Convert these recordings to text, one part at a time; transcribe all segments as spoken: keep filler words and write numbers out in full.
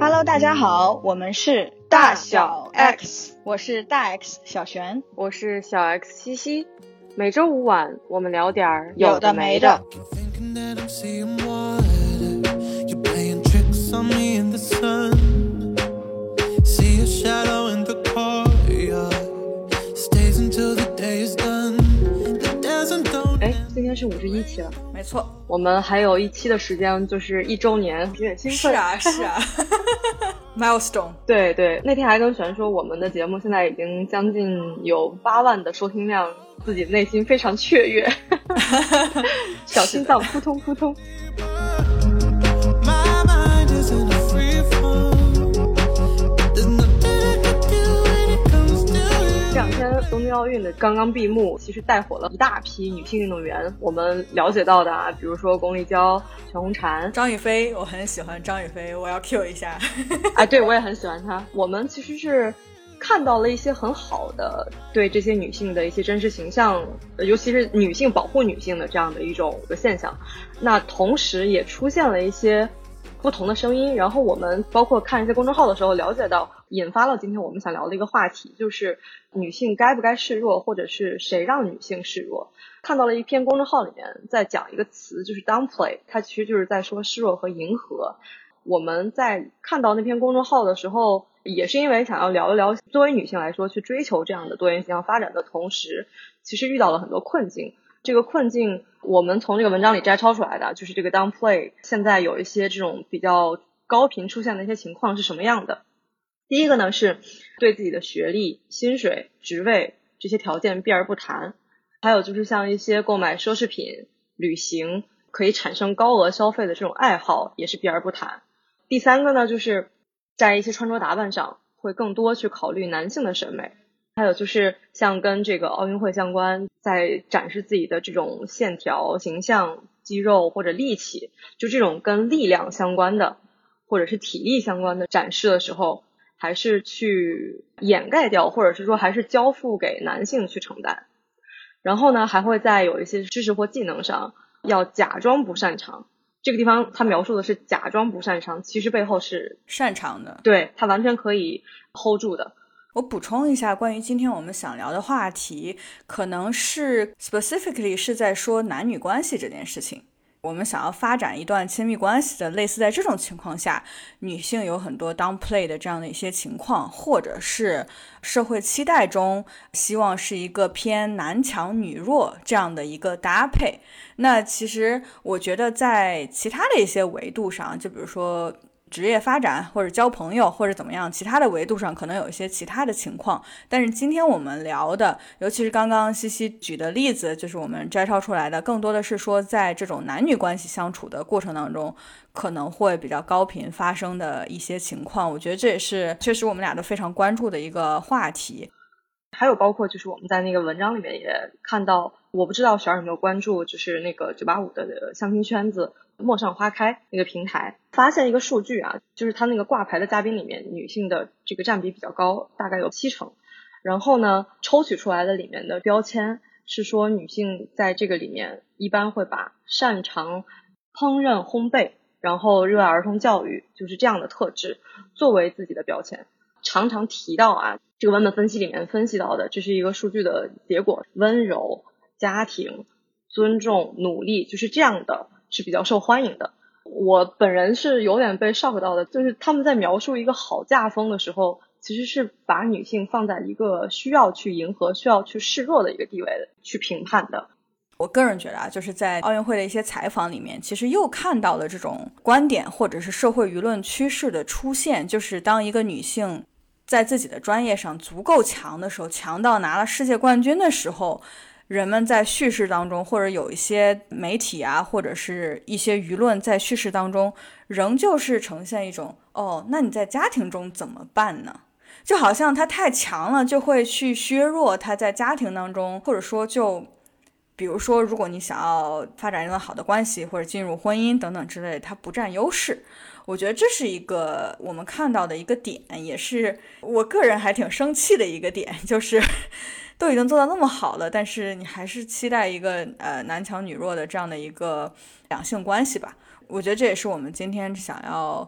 Hello， 大家好，我们是大小 X， 我是大 X 小璇， 我是小 X 西西。每周五晚，我们聊点儿有的没的。 哎，今天是五十一期了， 没错， 我们还有一期的时间，就是一周年，有点兴奋。 是啊，是啊，milestone。 对对，那天还跟璇说，我们的节目现在已经将近有八万的收听量，自己内心非常雀跃，小心脏扑通扑通。这两天东京奥运的刚刚闭幕，其实带火了一大批女性运动员。我们了解到的啊，比如说龚丽娇、全红婵、 张雨霏，我很喜欢张雨霏，我要 cue 一下。 哎，对，我也很喜欢她。我们其实是看到了一些很好的对这些女性的一些真实形象，尤其是女性保护女性的这样的一种一个现象。那同时也出现了一些不同的声音，然后我们包括看一些公众号的时候了解到，引发了今天我们想聊的一个话题，就是女性该不该示弱，或者是谁让女性示弱。看到了一篇公众号里面在讲一个词，就是 downplay， 它其实就是在说示弱和迎合。我们在看到那篇公众号的时候，也是因为想要聊一聊作为女性来说去追求这样的多元形象发展的同时，其实遇到了很多困境。这个困境我们从这个文章里摘抄出来的，就是这个 downplay 现在有一些这种比较高频出现的一些情况是什么样的。第一个呢，是对自己的学历、薪水、职位这些条件避而不谈，还有就是像一些购买奢侈品、旅行可以产生高额消费的这种爱好也是避而不谈。第三个呢，就是在一些穿着打扮上会更多去考虑男性的审美，还有就是像跟这个奥运会相关，在展示自己的这种线条、形象、肌肉或者力气，就这种跟力量相关的或者是体力相关的展示的时候，还是去掩盖掉，或者是说还是交付给男性去承担。然后呢，还会在有一些知识或技能上要假装不擅长。这个地方他描述的是假装不擅长，其实背后是擅长的， 对，他完全可以 hold 住的。 我补充一下，关于今天我们想聊的话题，可能是 specifically 是在说男女关系这件事情。我们想要发展一段亲密关系的，类似在这种情况下，女性有很多 downplay 的这样的一些情况，或者是社会期待中希望是一个偏男强女弱这样的一个搭配。那其实我觉得在其他的一些维度上，就比如说职业发展或者交朋友或者怎么样，其他的维度上可能有一些其他的情况。但是今天我们聊的，尤其是刚刚西西举的例子，就是我们摘抄出来的，更多的是说在这种男女关系相处的过程当中可能会比较高频发生的一些情况。我觉得这也是确实我们俩都非常关注的一个话题。 还有包括就是我们在那个文章里面也看到，我不知道璇有没有关注，就是那个九八五的相亲圈子陌上花开那个平台，发现一个数据啊，就是他那个挂牌的嘉宾里面女性的这个占比比较高，大概有七成。然后呢，抽取出来的里面的标签是说女性在这个里面一般会把擅长烹饪烘焙，然后热爱儿童教育，就是这样的特质作为自己的标签。常常提到啊，这个文本分析里面分析到的，这是一个数据的结果，温柔、家庭、尊重、努力，就是这样的是比较受欢迎的。我本人是有点被 shock 到的，就是他们在描述一个好嫁风的时候，其实是把女性放在一个需要去迎合、需要去示弱的一个地位去评判的。 我个人觉得啊，就是在奥运会的一些采访里面，其实又看到了这种观点或者是社会舆论趋势的出现，就是当一个女性在自己的专业上足够强的时候，强到拿了世界冠军的时候，人们在叙事当中，或者有一些媒体啊，或者是一些舆论在叙事当中，仍旧是呈现一种，哦，那你在家庭中怎么办呢？就好像他太强了，就会去削弱他在家庭当中，或者说就比如说如果你想要发展一段好的关系或者进入婚姻等等之类的，他不占优势。我觉得这是一个我们看到的一个点，也是我个人还挺生气的一个点，就是都已经做到那么好了，但是你还是期待一个呃男强女弱的这样的一个两性关系吧。我觉得这也是我们今天想要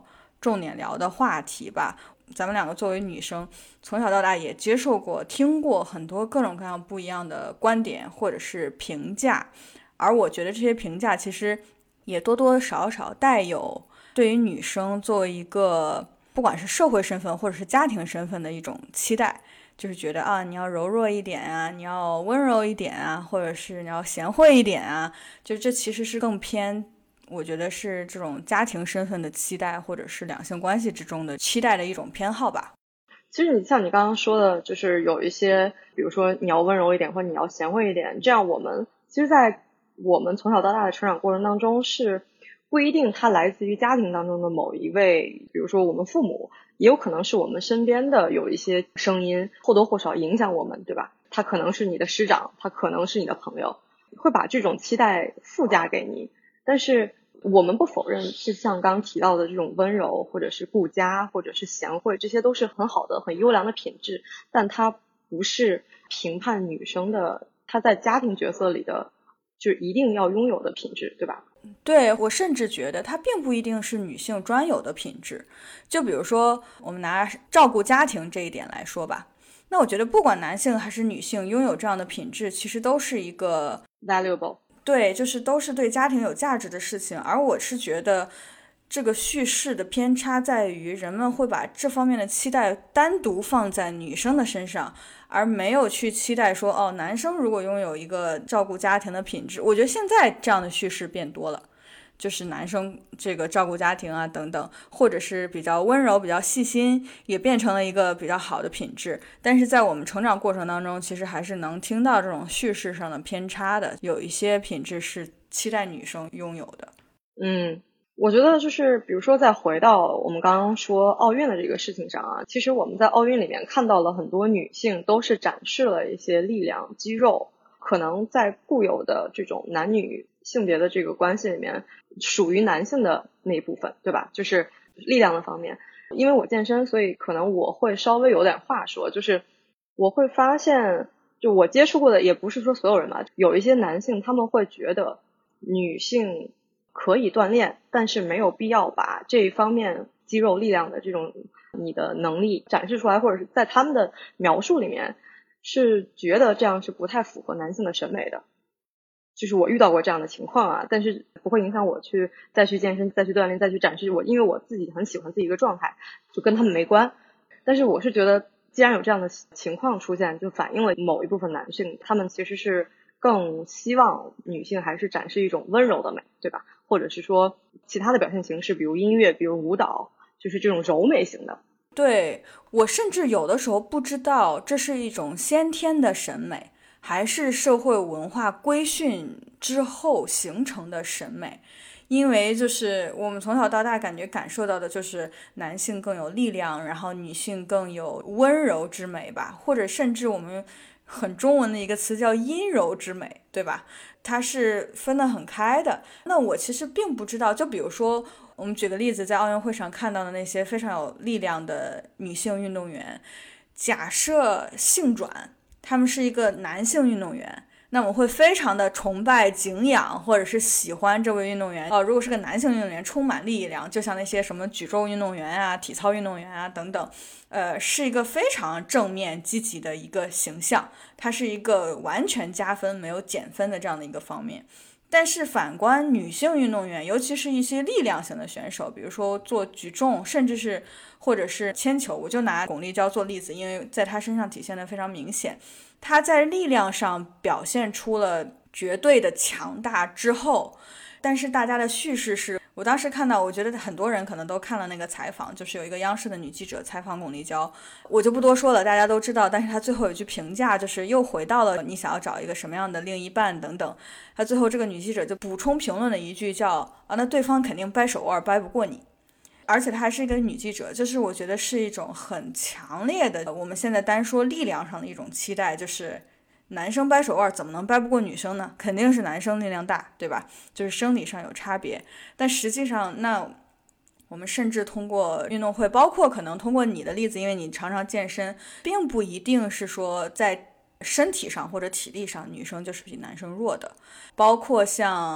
重点聊的话题吧。咱们两个作为女生，从小到大也接受过、听过很多各种各样不一样的观点或者是评价，而我觉得这些评价其实也多多少少带有对于女生作为一个不管是社会身份或者是家庭身份的一种期待，就是觉得啊，你要柔弱一点啊，你要温柔一点啊，或者是你要贤惠一点啊，就这其实是更偏我觉得是这种家庭身份的期待，或者是两性关系之中的期待的一种偏好吧。 其实你像你刚刚说的，就是有一些比如说你要温柔一点或者你要贤惠一点，这样我们其实在我们从小到大的成长过程当中是不一定它来自于家庭当中的某一位，比如说我们父母，也有可能是我们身边的有一些声音或多或少影响我们，对吧？他可能是你的师长，他可能是你的朋友，会把这种期待附加给你。但是我们不否认，是像刚刚提到的这种温柔或者是顾家或者是贤惠，这些都是很好的很优良的品质，但它不是评判女生的她在家庭角色里的就一定要拥有的品质，对吧？ 对，我甚至觉得它并不一定是女性专有的品质。就比如说我们拿照顾家庭这一点来说吧，那我觉得不管男性还是女性拥有这样的品质，其实都是一个 valuable， 对，就是都是对家庭有价值的事情。而我是觉得这个叙事的偏差在于人们会把这方面的期待单独放在女生的身上，而没有去期待说哦，男生如果拥有一个照顾家庭的品质。我觉得现在这样的叙事变多了，就是男生这个照顾家庭啊等等，或者是比较温柔比较细心，也变成了一个比较好的品质。但是在我们成长过程当中，其实还是能听到这种叙事上的偏差的，有一些品质是期待女生拥有的。 嗯，我觉得就是比如说再回到我们刚刚说奥运的这个事情上啊，其实我们在奥运里面看到了很多女性都是展示了一些力量肌肉，可能在固有的这种男女性别的这个关系里面属于男性的那一部分，对吧？就是力量的方面。因为我健身，所以可能我会稍微有点话说，就是我会发现就我接触过的也不是说所有人吧，有一些男性他们会觉得女性可以锻炼，但是没有必要把这一方面肌肉力量的这种你的能力展示出来，或者是在他们的描述里面是觉得这样是不太符合男性的审美的。就是我遇到过这样的情况啊，但是不会影响我去再去健身再去锻炼再去展示我，因为我自己很喜欢自己一个状态，就跟他们没关。但是我是觉得既然有这样的情况出现，就反映了某一部分男性他们其实是更希望女性还是展示一种温柔的美，对吧？或者是说其他的表现形式，比如音乐比如舞蹈，就是这种柔美型的。 对，我甚至有的时候不知道这是一种先天的审美，还是社会文化规训之后形成的审美。因为就是我们从小到大感觉感受到的就是男性更有力量，然后女性更有温柔之美吧，或者甚至我们很中文的一个词叫阴柔之美，对吧？它是分得很开的。那我其实并不知道，就比如说我们举个例子，在奥运会上看到的那些非常有力量的女性运动员，假设性转他们是一个男性运动员，那我会非常的崇拜敬仰或者是喜欢这位运动员。哦，如果是个男性运动员充满力量，就像那些什么举重运动员啊体操运动员啊等等，呃，是一个非常正面积极的一个形象，它是一个完全加分没有减分的这样的一个方面。但是反观女性运动员，尤其是一些力量型的选手，比如说做举重，甚至是或者是铅球，我就拿巩立姣做例子，因为在她身上体现的非常明显。她在力量上表现出了绝对的强大之后，但是大家的叙事是，我当时看到，我觉得很多人可能都看了那个采访，就是有一个央视的女记者采访巩立姣，我就不多说了，大家都知道。但是她最后有一句评价，就是又回到了你想要找一个什么样的另一半等等。她最后这个女记者就补充评论了一句叫啊，那对方肯定掰手腕掰不过你。而且她还是一个女记者，就是我觉得是一种很强烈的，我们现在单说力量上的一种期待，就是男生掰手腕怎么能掰不过女生呢？肯定是男生力量大，对吧？就是生理上有差别。但实际上，那我们甚至通过运动会，包括可能通过你的例子，因为你常常健身，并不一定是说在身体上或者体力上女生就是比男生弱的。包括像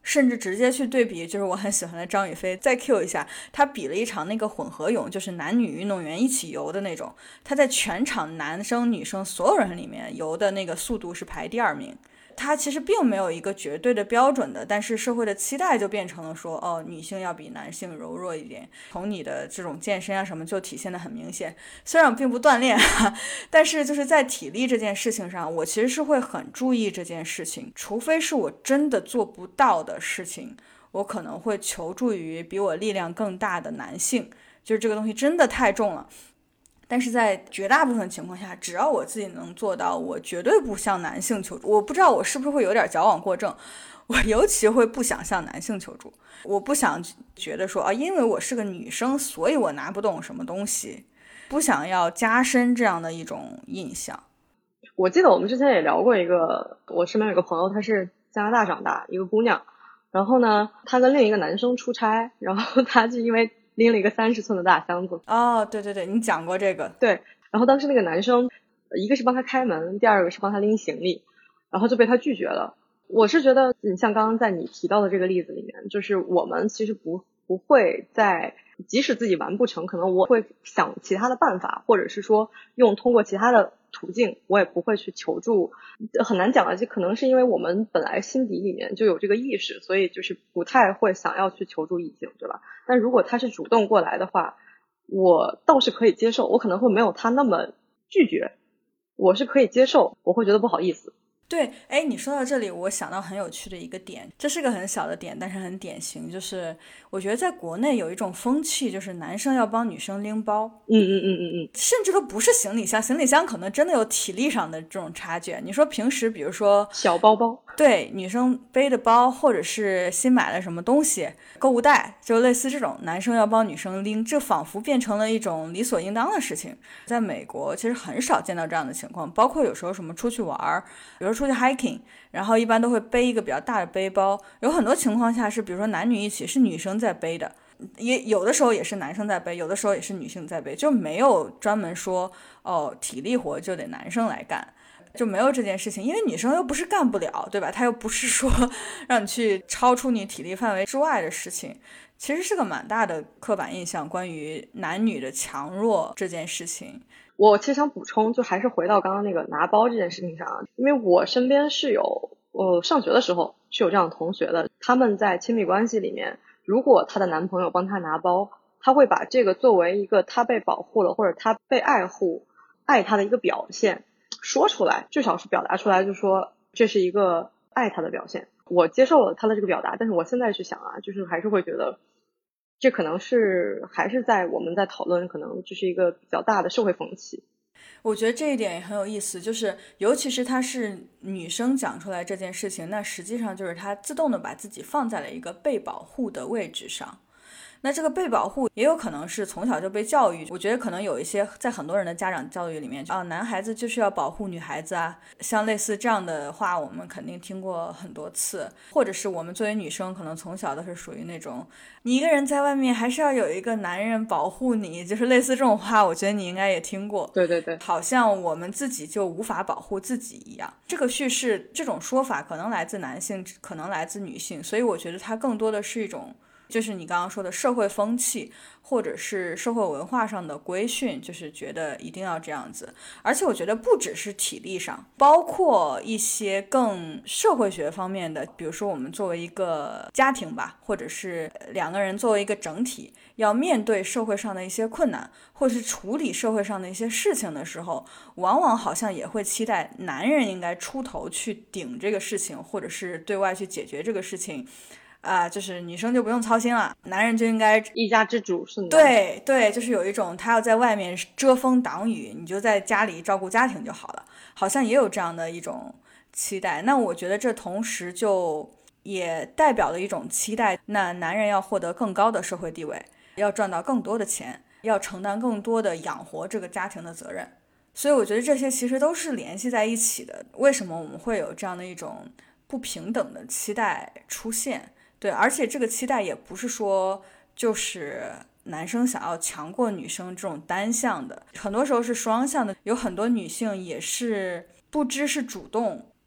甚至直接去对比，就是我很喜欢的张雨霏，再 Q 一下，他比了一场那个混合泳，就是男女运动员一起游的那种，他在全场男生女生所有人里面游的那个速度是排第二名。它其实并没有一个绝对的标准的，但是社会的期待就变成了说，哦，女性要比男性柔弱一点，从你的这种健身啊什么就体现得很明显。虽然我并不锻炼但是就是在体力这件事情上，我其实是会很注意这件事情，除非是我真的做不到的事情，我可能会求助于比我力量更大的男性，就是这个东西真的太重了。但是在绝大部分情况下，只要我自己能做到，我绝对不向男性求助。我不知道我是不是会有点矫枉过正，我尤其会不想向男性求助。我不想觉得说啊，因为我是个女生，所以我拿不动什么东西，不想要加深这样的一种印象。 我记得我们之前也聊过一个，我身边有个朋友，她是加拿大长大一个姑娘，然后呢，她跟另一个男生出差，然后她就因为拎了一个三十寸的大箱子。 哦，对对对，你讲过这个。 对，然后当时那个男生，一个是帮他开门，第二个是帮他拎行李，然后就被他拒绝了。我是觉得，你像刚刚在你提到的这个例子里面，就是我们其实不不会在，即使自己完不成，可能我会想其他的办法，或者是说用通过其他的途径，我也不会去求助。很难讲的，就可能是因为我们本来心底里面就有这个意识，所以就是不太会想要去求助异性，对吧？但如果他是主动过来的话，我倒是可以接受，我可能会没有他那么拒绝，我是可以接受，我会觉得不好意思。 对，哎，你说到这里，我想到很有趣的一个点，这是个很小的点，但是很典型，就是我觉得在国内有一种风气，就是男生要帮女生拎包， 嗯嗯嗯嗯嗯， 甚至都不是行李箱，行李箱可能真的有体力上的这种差距。你说平时，比如说小包包， 对，女生背的包，或者是新买了什么东西，购物袋，就类似这种，男生要帮女生拎，这仿佛变成了一种理所应当的事情。在美国其实很少见到这样的情况，包括有时候什么出去玩，比如说出去 hiking， 然后一般都会背一个比较大的背包，有很多情况下是比如说男女一起，是女生在背的，也有的时候也是男生在背，有的时候也是女性在背，就没有专门说哦体力活就得男生来干，就没有这件事情，因为女生又不是干不了，对吧？她又不是说让你去超出你体力范围之外的事情，其实是个蛮大的刻板印象，关于男女的强弱这件事情。 我其实想补充，就还是回到刚刚那个拿包这件事情上啊，因为我身边是有，呃，上学的时候是有这样的同学的，他们在亲密关系里面，如果她的男朋友帮她拿包，她会把这个作为一个她被保护了或者她被爱护、爱她的一个表现说出来，至少是表达出来，就说这是一个爱她的表现。我接受了她的这个表达，但是我现在去想啊，就是还是会觉得这可能是还是在我们在讨论，可能这是一个比较大的社会风气。 我觉得这一点也很有意思，就是尤其是她是女生讲出来这件事情，那实际上就是她自动的把自己放在了一个被保护的位置上。那这个被保护也有可能是从小就被教育，我觉得可能有一些在很多人的家长教育里面啊，男孩子就是要保护女孩子啊，像类似这样的话我们肯定听过很多次，或者是我们作为女生可能从小都是属于那种你一个人在外面还是要有一个男人保护你，就是类似这种话，我觉得你应该也听过。 对对对， 好像我们自己就无法保护自己一样，这个叙事这种说法可能来自男性，可能来自女性，所以我觉得它更多的是一种就是你刚刚说的社会风气，或者是社会文化上的规训，就是觉得一定要这样子。而且我觉得不只是体力上，包括一些更社会学方面的，比如说我们作为一个家庭吧，或者是两个人作为一个整体，要面对社会上的一些困难，或是处理社会上的一些事情的时候，往往好像也会期待男人应该出头去顶这个事情，或者是对外去解决这个事情。啊、呃，就是女生就不用操心了，男人就应该一家之主是。 对对，就是有一种他要在外面遮风挡雨，你就在家里照顾家庭就好了，好像也有这样的一种期待。那我觉得这同时就也代表了一种期待，那男人要获得更高的社会地位，要赚到更多的钱，要承担更多的养活这个家庭的责任。所以我觉得这些其实都是联系在一起的。为什么我们会有这样的一种不平等的期待出现？对，而且这个期待也不是说就是男生想要强过女生这种单向的，很多时候是双向的。有很多女性也是不知是主动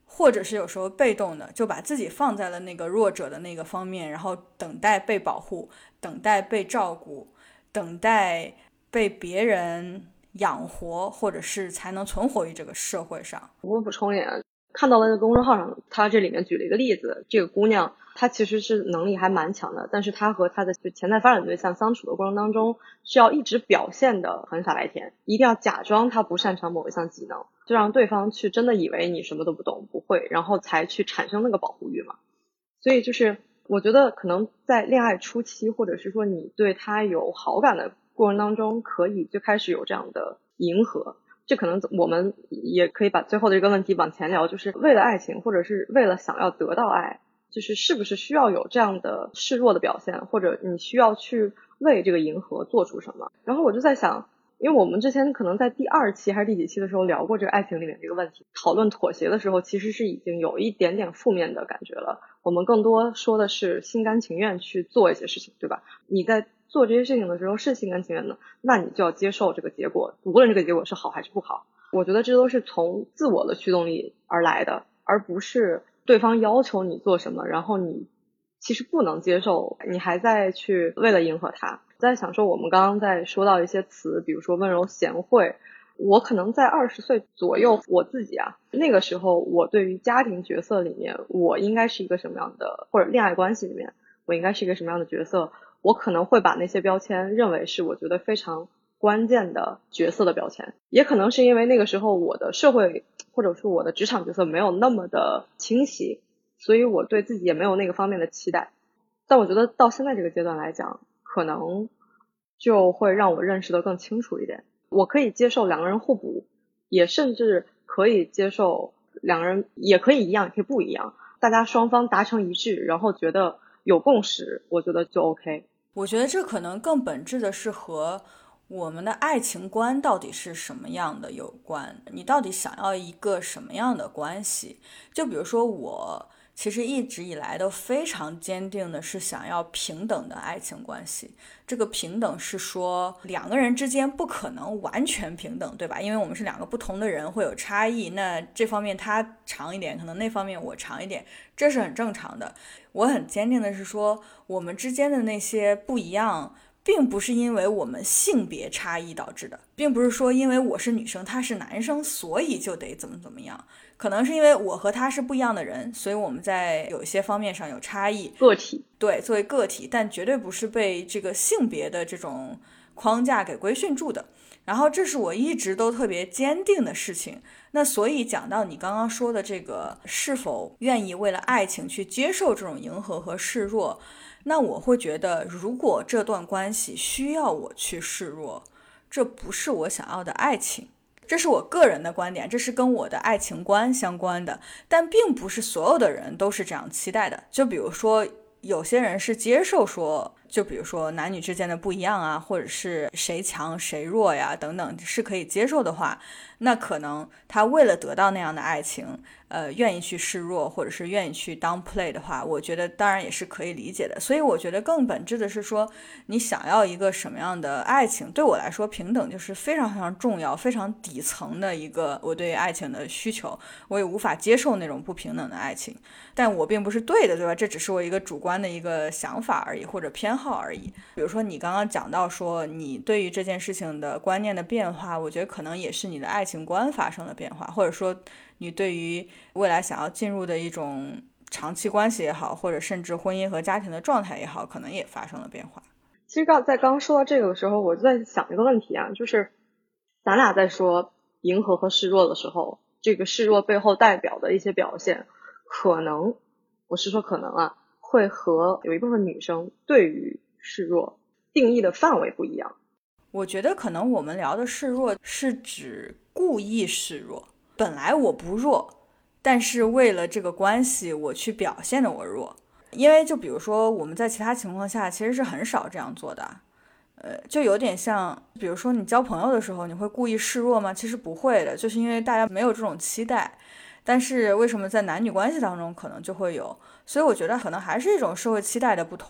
或者是有时候被动的，就把自己放在了那个弱者的那个方面，然后等待被保护，等待被照顾，等待被别人养活，或者是才能存活于这个社会上。 我补充一点，看到了在公众号上，他这里面举了一个例子，这个姑娘她其实是能力还蛮强的，但是她和她的潜在发展对象相处的过程当中，需要一直表现的很傻白甜，一定要假装她不擅长某一项技能，就让对方去真的以为你什么都不懂不会，然后才去产生那个保护欲嘛。所以就是我觉得可能在恋爱初期，或者是说你对他有好感的过程当中，可以就开始有这样的迎合。这可能我们也可以把最后的这个问题往前聊，就是为了爱情，或者是为了想要得到爱，就是是不是需要有这样的示弱的表现，或者你需要去为这个迎合做出什么。然后我就在想，因为我们之前可能在第二期还是第几期的时候聊过这个爱情里面这个问题，讨论妥协的时候其实是已经有一点点负面的感觉了，我们更多说的是心甘情愿去做一些事情，对吧？你在做这些事情的时候是心甘情愿的，那你就要接受这个结果，无论这个结果是好还是不好。我觉得这都是从自我的驱动力而来的，而不是对方要求你做什么，然后你其实不能接受，你还在去为了迎合他。在想说我们刚刚在说到一些词，比如说温柔贤惠，我可能在二十岁左右，我自己啊，那个时候我对于家庭角色里面我应该是一个什么样的，或者恋爱关系里面我应该是一个什么样的角色，我可能会把那些标签认为是我觉得非常关键的角色的标签，也可能是因为那个时候我的社会或者说我的职场角色没有那么的清晰，所以我对自己也没有那个方面的期待。但我觉得到现在这个阶段来讲，可能就会让我认识的更清楚一点，我可以接受两个人互补，也甚至可以接受两个人也可以一样也可以不一样，大家双方达成一致，然后觉得有共识，我觉得就 OK。 我觉得这可能更本质的是和我们的爱情观到底是什么样的有关，你到底想要一个什么样的关系。就比如说我其实一直以来都非常坚定的是想要平等的爱情关系。这个平等是说两个人之间不可能完全平等，对吧？因为我们是两个不同的人，会有差异，那这方面他长一点，可能那方面我长一点，这是很正常的。我很坚定的是说我们之间的那些不一样并不是因为我们性别差异导致的，并不是说因为我是女生他是男生所以就得怎么怎么样，可能是因为我和他是不一样的人，所以我们在有一些方面上有差异， 个体， 对，作为个体，但绝对不是被这个性别的这种框架给规训住的。然后这是我一直都特别坚定的事情。那所以讲到你刚刚说的这个是否愿意为了爱情去接受这种迎合和示弱，那我会觉得如果这段关系需要我去示弱，这不是我想要的爱情。这是我个人的观点，这是跟我的爱情观相关的，但并不是所有的人都是这样期待的。就比如说有些人是接受说，就比如说男女之间的不一样啊，或者是谁强谁弱呀等等是可以接受的话，那可能他为了得到那样的爱情呃，愿意去示弱，或者是愿意去 downplay 的话，我觉得当然也是可以理解的。所以我觉得更本质的是说你想要一个什么样的爱情。对我来说平等就是非常非常重要，非常底层的一个我对爱情的需求，我也无法接受那种不平等的爱情，但我并不是对的，对吧？这只是我一个主观的一个想法而已，或者偏好而已。比如说你刚刚讲到说你对于这件事情的观念的变化，我觉得可能也是你的爱情观发生了变化，或者说你对于未来想要进入的一种长期关系也好，或者甚至婚姻和家庭的状态也好，可能也发生了变化。 其实刚在刚说到这个的时候，我就在想一个问题啊，就是咱俩在说迎合和示弱的时候，这个示弱背后代表的一些表现，可能我是说可能啊，会和有一部分女生对于示弱定义的范围不一样。 我觉得可能我们聊的示弱是指故意示弱，本来我不弱，但是为了这个关系我去表现的我弱。因为就比如说我们在其他情况下其实是很少这样做的，呃，就有点像比如说你交朋友的时候你会故意示弱吗？其实不会的，就是因为大家没有这种期待。但是为什么在男女关系当中可能就会有，所以我觉得可能还是一种社会期待的不同，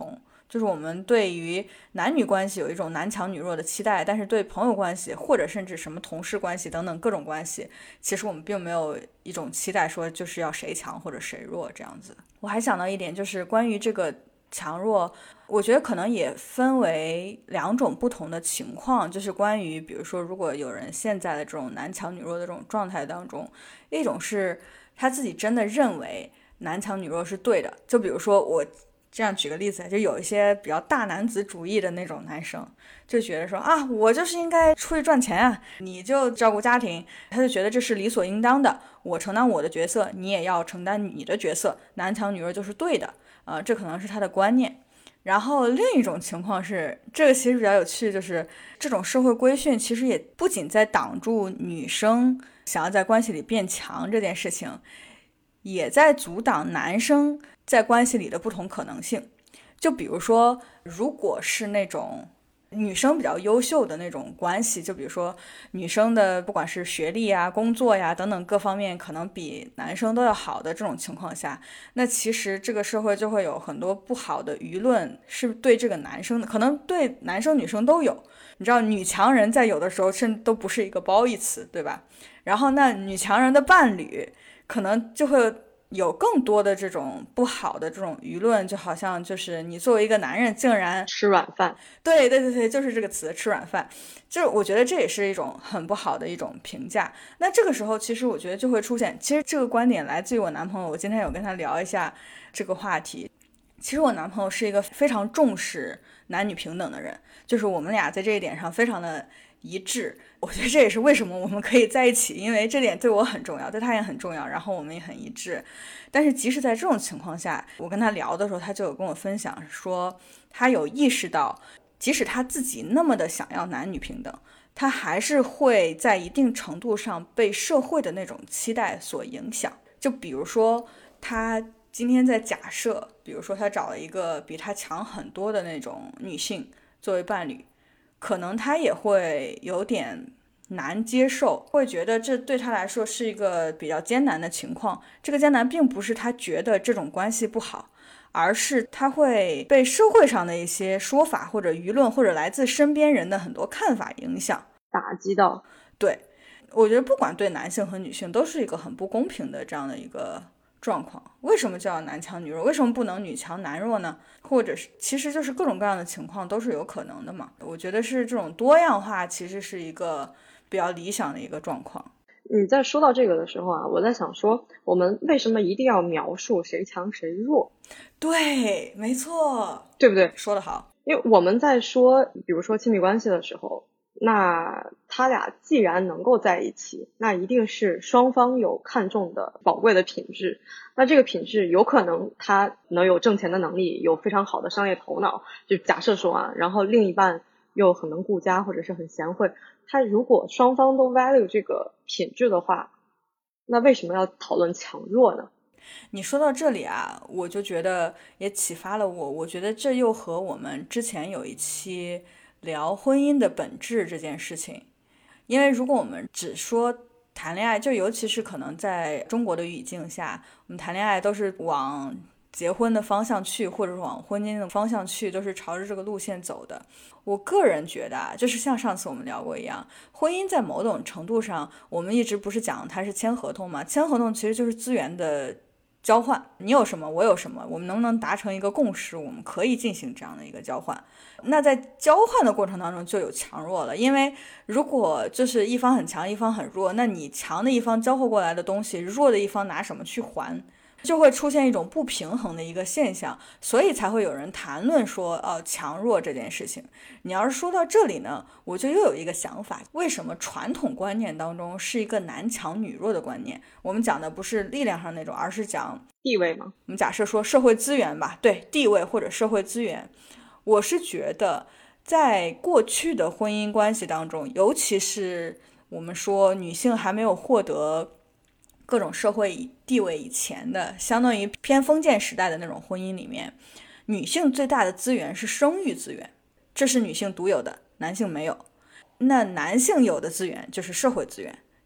就是我们对于男女关系有一种男强女弱的期待，但是对朋友关系或者甚至什么同事关系等等各种关系，其实我们并没有一种期待说就是要谁强或者谁弱这样子。我还想到一点，就是关于这个强弱，我觉得可能也分为两种不同的情况，就是关于比如说如果有人现在的这种男强女弱的这种状态当中，一种是他自己真的认为男强女弱是对的，就比如说我这样举个例子，就有一些比较大男子主义的那种男生，就觉得说啊，我就是应该出去赚钱啊，你就照顾家庭，他就觉得这是理所应当的，我承担我的角色，你也要承担你的角色，男强女弱就是对的，呃，这可能是他的观念。然后另一种情况是，这个其实比较有趣，就是这种社会规训其实也不仅在挡住女生想要在关系里变强这件事情，也在阻挡男生在关系里的不同可能性。就比如说，如果是那种女生比较优秀的那种关系，就比如说女生的不管是学历啊、工作呀等等各方面可能比男生都要好的这种情况下，那其实这个社会就会有很多不好的舆论是对这个男生的，可能对男生女生都有。你知道女强人在有的时候甚至都不是一个褒义词，对吧？然后那女强人的伴侣可能就会有更多的这种不好的这种舆论，就好像就是你作为一个男人竟然吃软饭。 对对对对，就是这个词，吃软饭。就是我觉得这也是一种很不好的一种评价。那这个时候其实我觉得就会出现，其实这个观点来自于我男朋友，我今天有跟他聊一下这个话题。其实我男朋友是一个非常重视男女平等的人，就是我们俩在这一点上非常的一致。我觉得这也是为什么我们可以在一起，因为这点对我很重要，对他也很重要，然后我们也很一致。但是即使在这种情况下，我跟他聊的时候，他就有跟我分享说，他有意识到即使他自己那么的想要男女平等，他还是会在一定程度上被社会的那种期待所影响。就比如说他今天在假设，比如说他找了一个比他强很多的那种女性作为伴侣，可能他也会有点难接受，会觉得这对他来说是一个比较艰难的情况。这个艰难并不是他觉得这种关系不好，而是他会被社会上的一些说法或者舆论或者来自身边人的很多看法影响， 打击到。 对，我觉得不管对男性和女性都是一个很不公平的这样的一个状况。为什么叫男强女弱？为什么不能女强男弱呢？或者是其实就是各种各样的情况都是有可能的嘛。我觉得是这种多样化其实是一个比较理想的一个状况。 你在说到这个的时候啊，我在想说，我们为什么一定要描述谁强谁弱？ 对，没错， 对不对？ 说得好。 因为我们在说，比如说亲密关系的时候，那他俩既然能够在一起，那一定是双方有看重的宝贵的品质。那这个品质有可能他能有挣钱的能力，有非常好的商业头脑，就假设说啊，然后另一半又很能顾家或者是很贤惠，他如果双方都 value 这个品质的话，那为什么要讨论强弱呢？ 你说到这里啊，我就觉得也启发了我，我觉得这又和我们之前有一期聊婚姻的本质这件事情，因为如果我们只说谈恋爱，就尤其是可能在中国的语境下，我们谈恋爱都是往结婚的方向去，或者是往婚姻的方向去，都是朝着这个路线走的。我个人觉得啊，就是像上次我们聊过一样，婚姻在某种程度上，我们一直不是讲它是签合同嘛？签合同其实就是资源的交换，你有什么我有什么，我们能不能达成一个共识，我们可以进行这样的一个交换。那在交换的过程当中就有强弱了，因为如果就是一方很强一方很弱，那你强的一方交货过来的东西，弱的一方拿什么去还，就会出现一种不平衡的一个现象，所以才会有人谈论说呃强弱这件事情。你要是说到这里呢，我就又有一个想法，为什么传统观念当中是一个男强女弱的观念？我们讲的不是力量上那种，而是讲地位吗？ 我们假设说社会资源吧，对，地位或者社会资源。我是觉得在过去的婚姻关系当中，尤其是我们说女性还没有获得各种社会地位以前的，相当于偏封建时代的那种婚姻里面，女性最大的资源是生育资源，这是女性独有的，男性没有。那男性有的资源就是社会资源，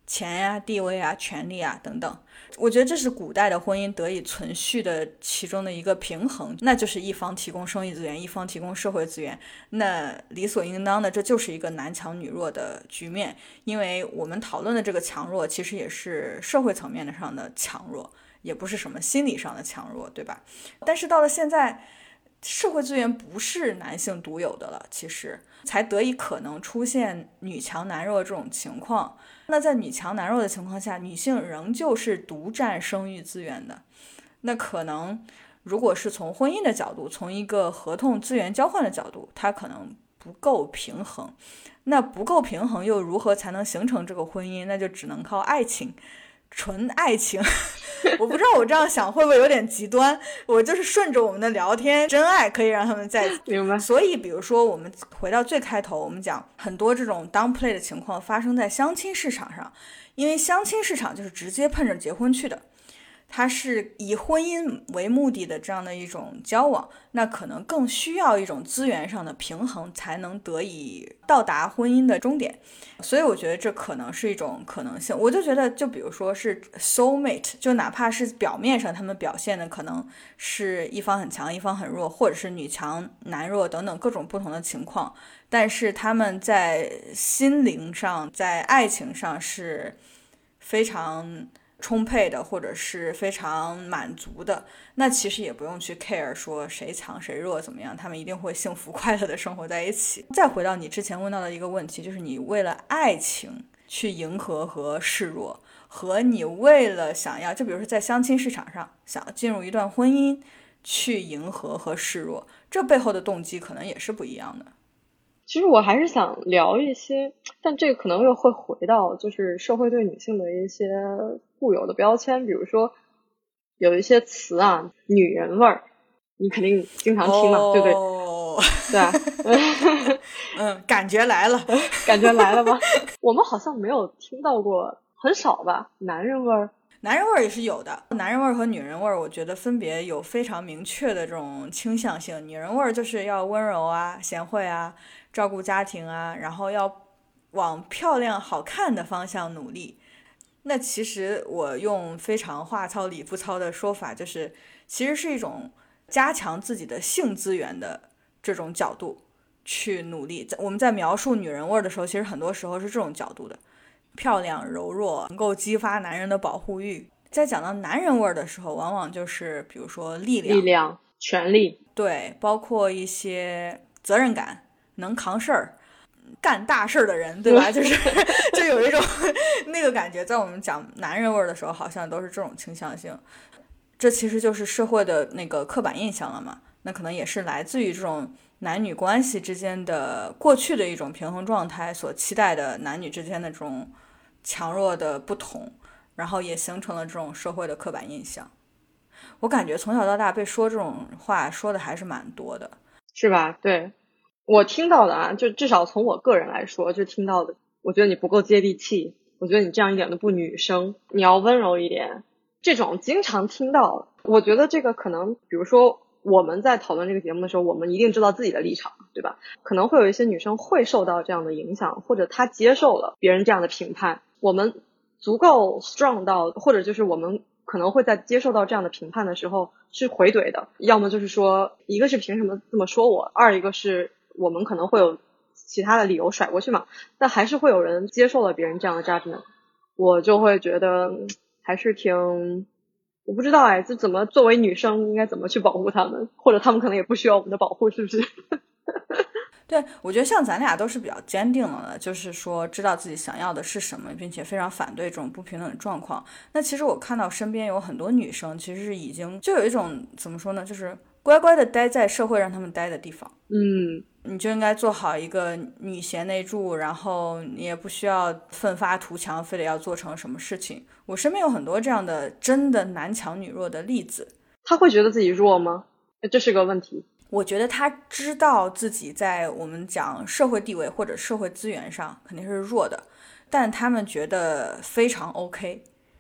钱呀、地位啊、权利啊等等。我觉得这是古代的婚姻得以存续的其中的一个平衡，那就是一方提供生育资源，一方提供社会资源，那理所应当的这就是一个男强女弱的局面。因为我们讨论的这个强弱其实也是社会层面上的强弱，也不是什么心理上的强弱，对吧？但是到了现在，社会资源不是男性独有的了，其实才得以可能出现女强男弱这种情况。那在女强男弱的情况下，女性仍旧是独占生育资源的。那可能如果是从婚姻的角度，从一个合同资源交换的角度，它可能不够平衡。那不够平衡又如何才能形成这个婚姻？那就只能靠爱情，纯爱情。我不知道我这样想会不会有点极端，我就是顺着我们的聊天，真爱可以让他们在一起。 明白。 所以比如说我们回到最开头，我们讲很多这种 downplay 的情况发生在相亲市场上，因为相亲市场就是直接奔着结婚去的，它是以婚姻为目的的这样的一种交往，那可能更需要一种资源上的平衡才能得以到达婚姻的终点。所以我觉得这可能是一种可能性。我就觉得就比如说是 soul mate， 就哪怕是表面上他们表现的可能是一方很强一方很弱，或者是女强男弱等等各种不同的情况，但是他们在心灵上在爱情上是非常充沛的，或者是非常满足的，那其实也不用去 care 说谁强谁弱怎么样，他们一定会幸福快乐的生活在一起。再回到你之前问到的一个问题，就是你为了爱情去迎合和示弱，和你为了想要，就比如说在相亲市场上想要进入一段婚姻去迎合和示弱，这背后的动机可能也是不一样的。 其实我还是想聊一些，但这个可能又会回到就是社会对女性的一些固有的标签，比如说有一些词啊，女人味儿，你肯定经常听嘛， 哦、 对不对？对啊。 嗯，感觉来了。 感觉来了吗？我们好像没有听到过，很少吧。男人味儿， 男人味儿也是有的，男人味儿和女人味儿我觉得分别有非常明确的这种倾向性。女人味儿就是要温柔啊、贤惠啊、照顾家庭啊，然后要往漂亮好看的方向努力。那其实我用非常话糙理不糙的说法，就是其实是一种加强自己的性资源的这种角度去努力。我们在描述女人味的时候，其实很多时候是这种角度的，漂亮柔弱，能够激发男人的保护欲。在讲到男人味的时候，往往就是比如说力量、 力量、权力， 对，包括一些责任感，能扛事儿、干大事儿的人，对吧？就是就有一种那个感觉，在我们讲男人味的时候，好像都是这种倾向性。这其实就是社会的那个刻板印象了嘛。那可能也是来自于这种男女关系之间的过去的一种平衡状态所期待的男女之间的这种强弱的不同，然后也形成了这种社会的刻板印象。我感觉从小到大被说这种话说的还是蛮多的， 是吧？对，我听到的啊，就至少从我个人来说，就听到的，我觉得你不够接地气，我觉得你这样一点都不女生，你要温柔一点，这种经常听到。我觉得这个可能，比如说我们在讨论这个节目的时候，我们一定知道自己的立场，对吧？可能会有一些女生会受到这样的影响，或者她接受了别人这样的评判。我们足够 strong 到，或者就是我们可能会在接受到这样的评判的时候是回怼的，要么就是说，一个是凭什么这么说我，二一个是我们可能会有其他的理由甩过去嘛，但还是会有人接受了别人这样的 judgment， 我就会觉得还是挺，我不知道哎，就怎么作为女生应该怎么去保护他们，或者他们可能也不需要我们的保护，是不是？ 对，我觉得像咱俩都是比较坚定了的，就是说知道自己想要的是什么，并且非常反对这种不平等的状况。那其实我看到身边有很多女生其实是已经就有一种怎么说呢，就是乖乖的待在社会让他们待的地方， 嗯， 你就应该做好一个女贤内助，然后你也不需要奋发图强，非得要做成什么事情。我身边有很多这样的真的男强女弱的例子。 他会觉得自己弱吗？这是个问题。 我觉得他知道自己在我们讲社会地位或者社会资源上肯定是弱的，但他们觉得非常 OK。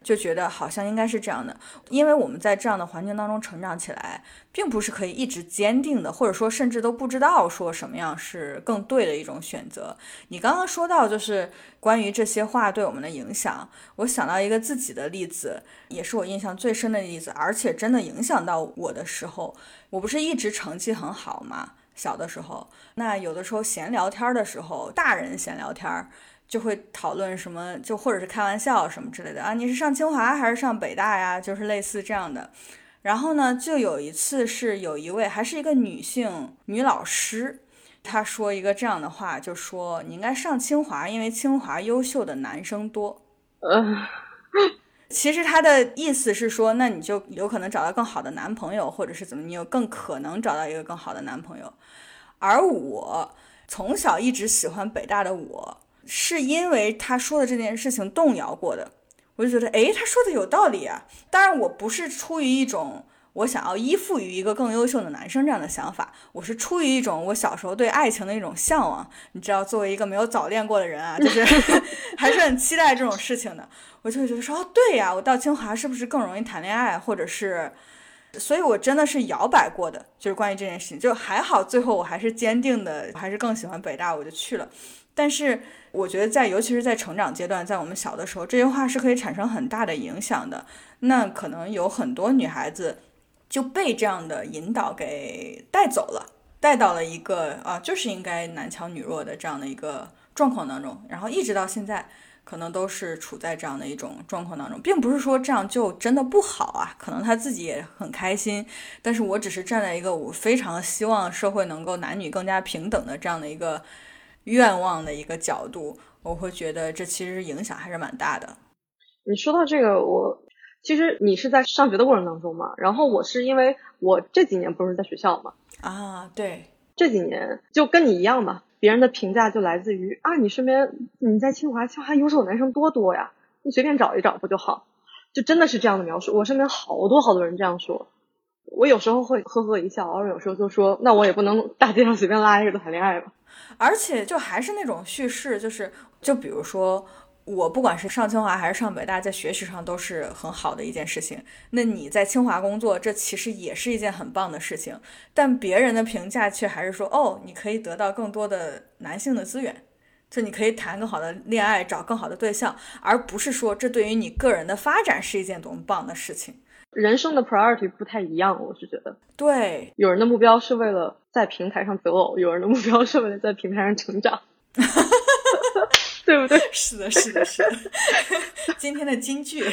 就觉得好像应该是这样的，因为我们在这样的环境当中成长起来，并不是可以一直坚定的，或者说甚至都不知道说什么样是更对的一种选择。你刚刚说到就是关于这些话对我们的影响，我想到一个自己的例子，也是我印象最深的例子，而且真的影响到我的时候，我不是一直成绩很好吗？小的时候，那有的时候闲聊天的时候，大人闲聊天就会讨论什么，就或者是开玩笑什么之类的啊，你是上清华还是上北大呀？就是类似这样的。然后呢，就有一次是有一位还是一个女性女老师，她说一个这样的话，就说你应该上清华，因为清华优秀的男生多。 呃， 其实她的意思是说，那你就有可能找到更好的男朋友，或者是怎么，你有更可能找到一个更好的男朋友。而我从小一直喜欢北大的我，是因为他说的这件事情动摇过的，我就觉得诶，他说的有道理啊。当然我不是出于一种我想要依附于一个更优秀的男生这样的想法，我是出于一种我小时候对爱情的一种向往。你知道作为一个没有早恋过的人啊，就是还是很期待这种事情的。我就会觉得说哦，对呀，我到清华是不是更容易谈恋爱，或者是，所以我真的是摇摆过的，就是关于这件事情。就还好最后我还是坚定的，还是更喜欢北大，我就去了。但是我觉得在尤其是在成长阶段，在我们小的时候，这些话是可以产生很大的影响的。那可能有很多女孩子就被这样的引导给带走了，带到了一个啊，就是应该男强女弱的这样的一个状况当中，然后一直到现在可能都是处在这样的一种状况当中。并不是说这样就真的不好啊，可能他自己也很开心，但是我只是站在一个我非常希望社会能够男女更加平等的这样的一个愿望的一个角度，我会觉得这其实影响还是蛮大的。 你说到这个，我其实你是在上学的过程当中嘛，然后我是因为我这几年不是在学校嘛， 啊，对， 这几年就跟你一样嘛，别人的评价就来自于啊，你身边你在清华，清华优秀的男生多多呀，你随便找一找不就好，就真的是这样的描述。我身边好多好多人这样说，我有时候会呵呵一笑，而有时候就说那我也不能大街上随便拉一个谈恋爱吧。 而且就还是那种叙事，就是就比如说我不管是上清华还是上北大，在学习上都是很好的一件事情，那你在清华工作，这其实也是一件很棒的事情，但别人的评价却还是说哦，你可以得到更多的男性的资源，就你可以谈更好的恋爱，找更好的对象，而不是说这对于你个人的发展是一件多么棒的事情。 人生的 priority 不太一样，我是觉得。 对， 有人的目标是为了在平台上择偶，有人的目标是为了在平台上成长。对不对？ 是的，是的，是的。今天的金句。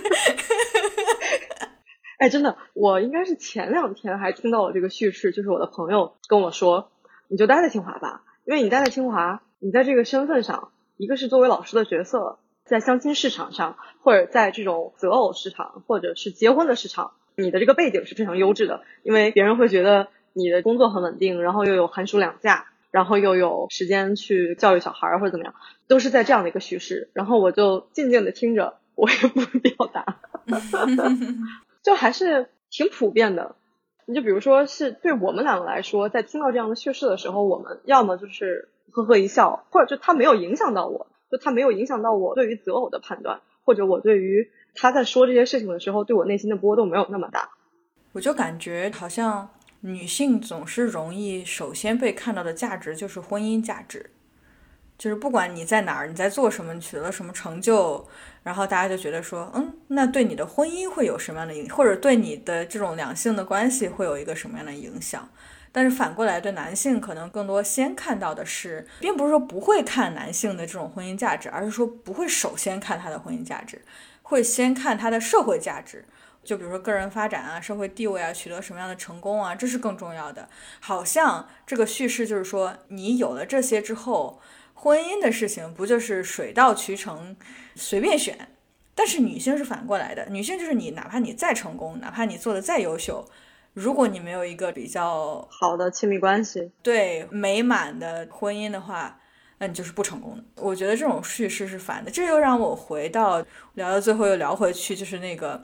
哎，真的，我应该是前两天还听到了这个叙事，就是我的朋友跟我说，你就待在清华吧，因为你待在清华，你在这个身份上，一个是作为老师的角色，在相亲市场上，或者在这种择偶市场，或者是结婚的市场，你的这个背景是非常优质的，因为别人会觉得你的工作很稳定，然后又有寒暑两假，然后又有时间去教育小孩或者怎么样，都是在这样的一个叙事。然后我就静静的听着，我也不表达。就还是挺普遍的。你就比如说是对我们两个来说，在听到这样的叙事的时候，我们要么就是呵呵一笑，或者就他没有影响到我，就他没有影响到我对于择偶的判断，或者我对于他在说这些事情的时候对我内心的波动没有那么大。 我就感觉好像女性总是容易首先被看到的价值就是婚姻价值，就是不管你在哪儿，你在做什么，你取得了什么成就，然后大家就觉得说嗯，那对你的婚姻会有什么样的影响，或者对你的这种两性的关系会有一个什么样的影响。但是反过来对男性可能更多先看到的是，并不是说不会看男性的这种婚姻价值，而是说不会首先看他的婚姻价值，会先看他的社会价值，就比如说个人发展啊，社会地位啊，取得什么样的成功啊，这是更重要的。好像这个叙事就是说你有了这些之后，婚姻的事情不就是水到渠成随便选。但是女性是反过来的，女性就是你哪怕你再成功，哪怕你做的再优秀，如果你没有一个比较好的亲密关系， 对美满的婚姻的话，那你就是不成功的。我觉得这种叙事是反的。这又让我回到聊到最后又聊回去，就是那个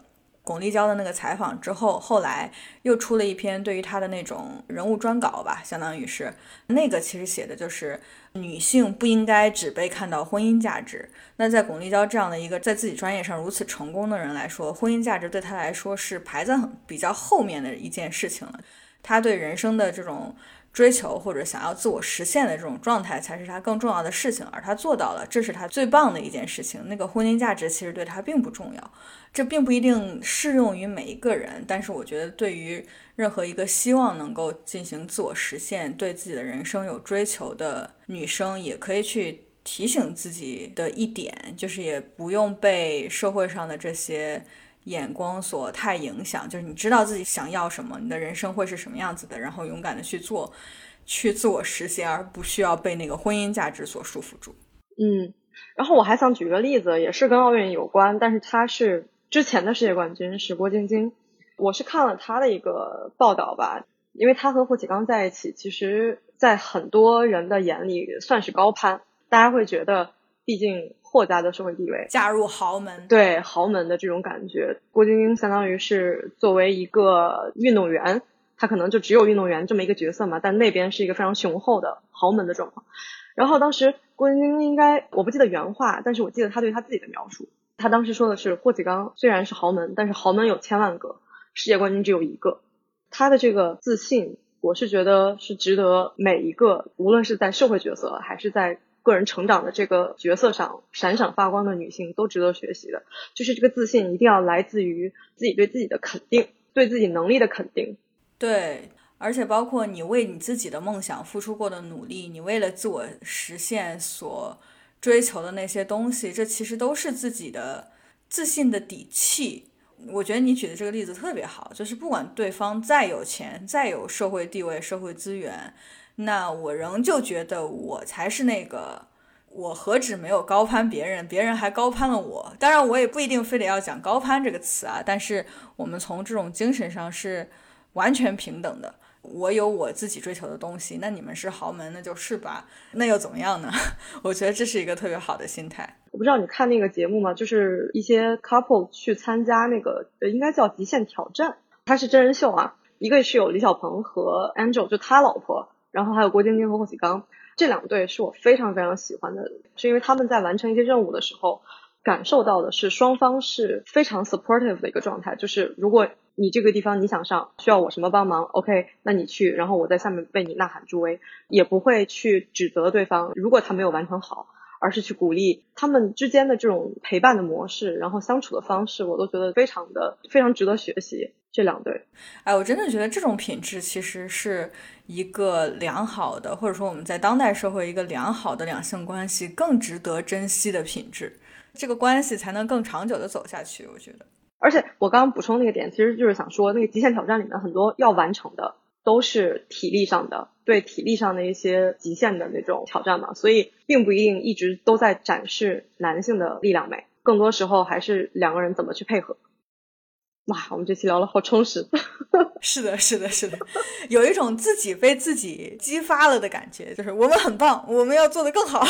巩立姣的那个采访之后，后来又出了一篇对于她的那种人物专稿吧，相当于是那个其实写的就是女性不应该只被看到婚姻价值。那在巩立姣这样的一个在自己专业上如此成功的人来说，婚姻价值对她来说是排在很比较后面的一件事情了。她对人生的这种追求或者想要自我实现的这种状态才是他更重要的事情，而他做到了，这是他最棒的一件事情。那个婚姻价值其实对他并不重要，这并不一定适用于每一个人，但是我觉得对于任何一个希望能够进行自我实现，对自己的人生有追求的女生，也可以去提醒自己的一点，就是也不用被社会上的这些眼光所太影响，就是你知道自己想要什么，你的人生会是什么样子的，然后勇敢的去做，去自我实现，而不需要被那个婚姻价值所束缚住。 嗯，然后我还想举个例子，也是跟奥运有关，但是他是之前的世界冠军，是郭晶晶。我是看了他的一个报道吧，因为他和霍启刚在一起，其实在很多人的眼里算是高攀，大家会觉得毕竟霍家的社会地位， 嫁入豪门， 对豪门的这种感觉。郭晶晶相当于是作为一个运动员，她可能就只有运动员这么一个角色嘛，但那边是一个非常雄厚的豪门的状况。然后当时郭晶晶应该我不记得原话，但是我记得她对她自己的描述，她当时说的是霍启刚虽然是豪门，但是豪门有千万个，世界冠军只有一个。她的这个自信，我是觉得是值得每一个无论是在社会角色还是在个人成长的这个角色上闪闪发光的女性都值得学习的。就是这个自信一定要来自于自己对自己的肯定，对自己能力的肯定。 对，而且包括你为你自己的梦想付出过的努力，你为了自我实现所追求的那些东西，这其实都是自己的自信的底气。我觉得你举的这个例子特别好，就是不管对方再有钱，再有社会地位、社会资源，那我仍旧觉得我才是那个，我何止没有高攀别人，别人还高攀了我。当然我也不一定非得要讲高攀这个词啊，但是我们从这种精神上是完全平等的。我有我自己追求的东西，那你们是豪门那就是吧，那又怎么样呢？我觉得这是一个特别好的心态。 我不知道你看那个节目吗，就是一些 couple 去参加那个应该叫极限挑战，它是真人秀啊，一个是有李小鹏和 Angel 就他老婆，然后还有郭晶晶和霍启刚，这两对是我非常非常喜欢的，是因为他们在完成一些任务的时候感受到的是双方是非常 supportive 的一个状态，就是如果你这个地方你想上，需要我什么帮忙 OK 那你去，然后我在下面为你呐喊助威，也不会去指责对方如果他没有完成好，而是去鼓励。他们之间的这种陪伴的模式，然后相处的方式，我都觉得非常的非常值得学习。这两对， 哎，我真的觉得这种品质其实是一个良好的，或者说我们在当代社会一个良好的两性关系更值得珍惜的品质，这个关系才能更长久的走下去，我觉得。 而且我刚刚补充那个点，其实就是想说那个极限挑战里面很多要完成的都是体力上的，对体力上的一些极限的那种挑战嘛，所以并不一定一直都在展示男性的力量美，更多时候还是两个人怎么去配合。哇，我们这期聊了好充实。 是的是的是的，有一种自己被自己激发了的感觉，就是我们很棒，我们要做得更好。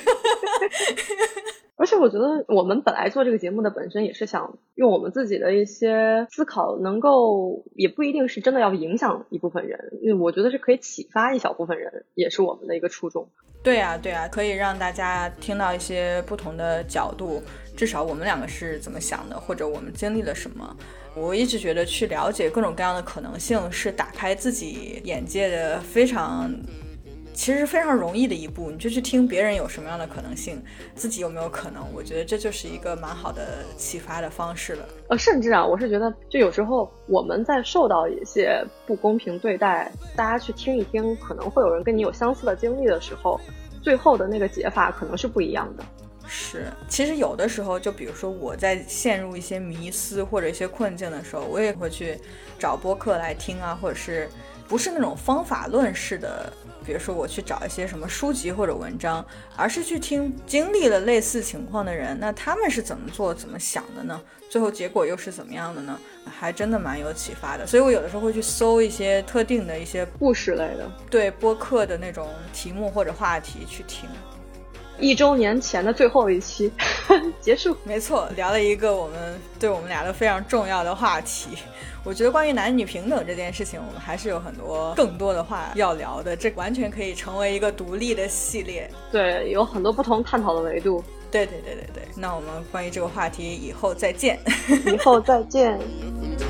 而且我觉得我们本来做这个节目的本身也是想用我们自己的一些思考能够，也不一定是真的要影响一部分人，因为我觉得是可以启发一小部分人，也是我们的一个初衷。 对啊对啊，可以让大家听到一些不同的角度，至少我们两个是怎么想的，或者我们经历了什么。我一直觉得去了解各种各样的可能性是打开自己眼界的非常其实非常容易的一步，你就去听别人有什么样的可能性，自己有没有可能，我觉得这就是一个蛮好的启发的方式了。 呃，甚至啊，我是觉得就有时候我们在受到一些不公平对待，大家去听一听，可能会有人跟你有相似的经历的时候，最后的那个解法可能是不一样的。 是，其实有的时候就比如说我在陷入一些迷思或者一些困境的时候，我也会去找播客来听啊，或者是不是那种方法论式的，比如说我去找一些什么书籍或者文章，而是去听经历了类似情况的人，那他们是怎么做怎么想的呢，最后结果又是怎么样的呢，还真的蛮有启发的。所以我有的时候会去搜一些特定的一些故事类的， 对播客的那种题目或者话题去听。 一周年前的最后一期结束。 没错，聊了一个我们对我们俩都非常重要的话题。我觉得关于男女平等这件事情，我们还是有很多更多的话要聊的，这完全可以成为一个独立的系列。 对，有很多不同探讨的维度。 对对对对对，那我们关于这个话题以后再见。 以后再见。